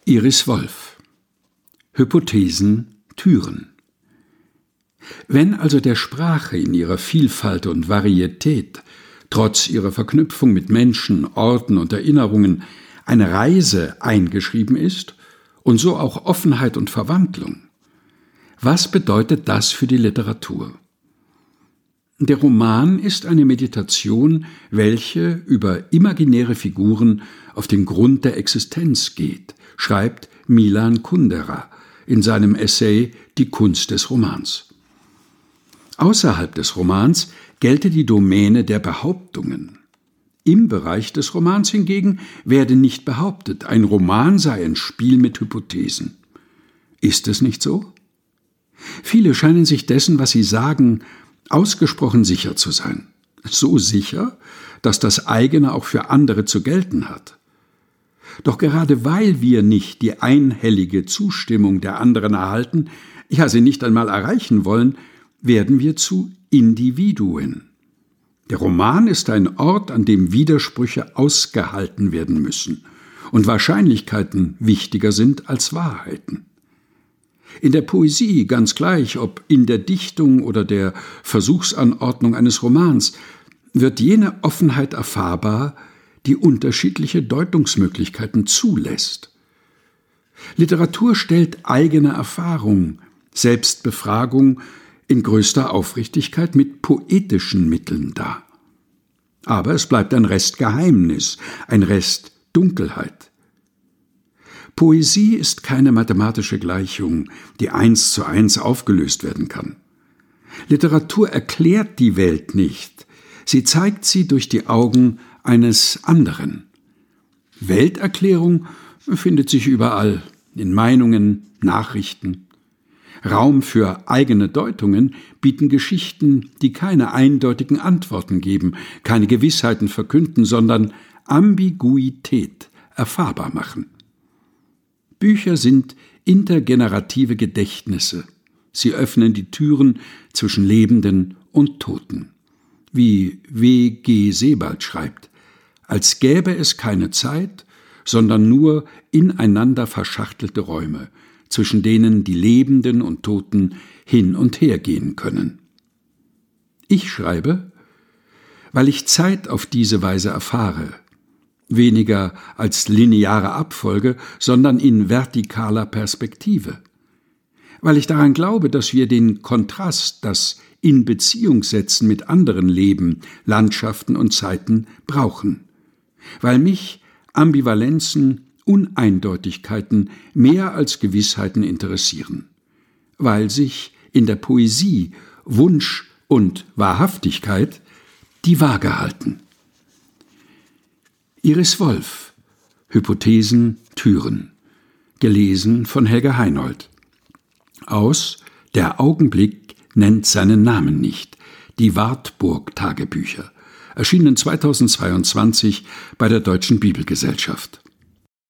Iris Wolf. Hypothesen, Türen. Wenn also der Sprache in ihrer Vielfalt und Varietät, trotz ihrer Verknüpfung mit Menschen, Orten und Erinnerungen, eine Reise eingeschrieben ist und so auch Offenheit und Verwandlung, was bedeutet das für die Literatur? Der Roman ist eine Meditation, welche über imaginäre Figuren auf den Grund der Existenz geht, schreibt Milan Kundera in seinem Essay Die Kunst des Romans. Außerhalb des Romans gelte die Domäne der Behauptungen. Im Bereich des Romans hingegen werde nicht behauptet, ein Roman sei ein Spiel mit Hypothesen. Ist es nicht so? Viele scheinen sich dessen, was sie sagen, ausgesprochen sicher zu sein. So sicher, dass das eigene auch für andere zu gelten hat. Doch gerade weil wir nicht die einhellige Zustimmung der anderen erhalten, ja sie nicht einmal erreichen wollen, werden wir zu Individuen. Der Roman ist ein Ort, an dem Widersprüche ausgehalten werden müssen und Wahrscheinlichkeiten wichtiger sind als Wahrheiten. In der Poesie, ganz gleich, ob in der Dichtung oder der Versuchsanordnung eines Romans, wird jene Offenheit erfahrbar, die unterschiedliche Deutungsmöglichkeiten zulässt. Literatur stellt eigene Erfahrung, Selbstbefragung in größter Aufrichtigkeit mit poetischen Mitteln dar. Aber es bleibt ein Rest Geheimnis, ein Rest Dunkelheit. Poesie ist keine mathematische Gleichung, die 1:1 aufgelöst werden kann. Literatur erklärt die Welt nicht, sie zeigt sie durch die Augen eines anderen. Welterklärung findet sich überall, in Meinungen, Nachrichten. Raum für eigene Deutungen bieten Geschichten, die keine eindeutigen Antworten geben, keine Gewissheiten verkünden, sondern Ambiguität erfahrbar machen. Bücher sind intergenerative Gedächtnisse. Sie öffnen die Türen zwischen Lebenden und Toten. Wie W. G. Sebald schreibt, als gäbe es keine Zeit, sondern nur ineinander verschachtelte Räume, zwischen denen die Lebenden und Toten hin und her gehen können. Ich schreibe, weil ich Zeit auf diese Weise erfahre, weniger als lineare Abfolge, sondern in vertikaler Perspektive. Weil ich daran glaube, dass wir den Kontrast, das in Beziehung setzen mit anderen Leben, Landschaften und Zeiten brauchen. Weil mich Ambivalenzen, Uneindeutigkeiten mehr als Gewissheiten interessieren. Weil sich in der Poesie Wunsch und Wahrhaftigkeit die Waage halten. Iris Wolf. Hypothesen, Türen. Gelesen von Helga Heinold. Aus Der Augenblick nennt seinen Namen nicht. Die Wartburg-Tagebücher. Erschienen 2022 bei der Deutschen Bibelgesellschaft.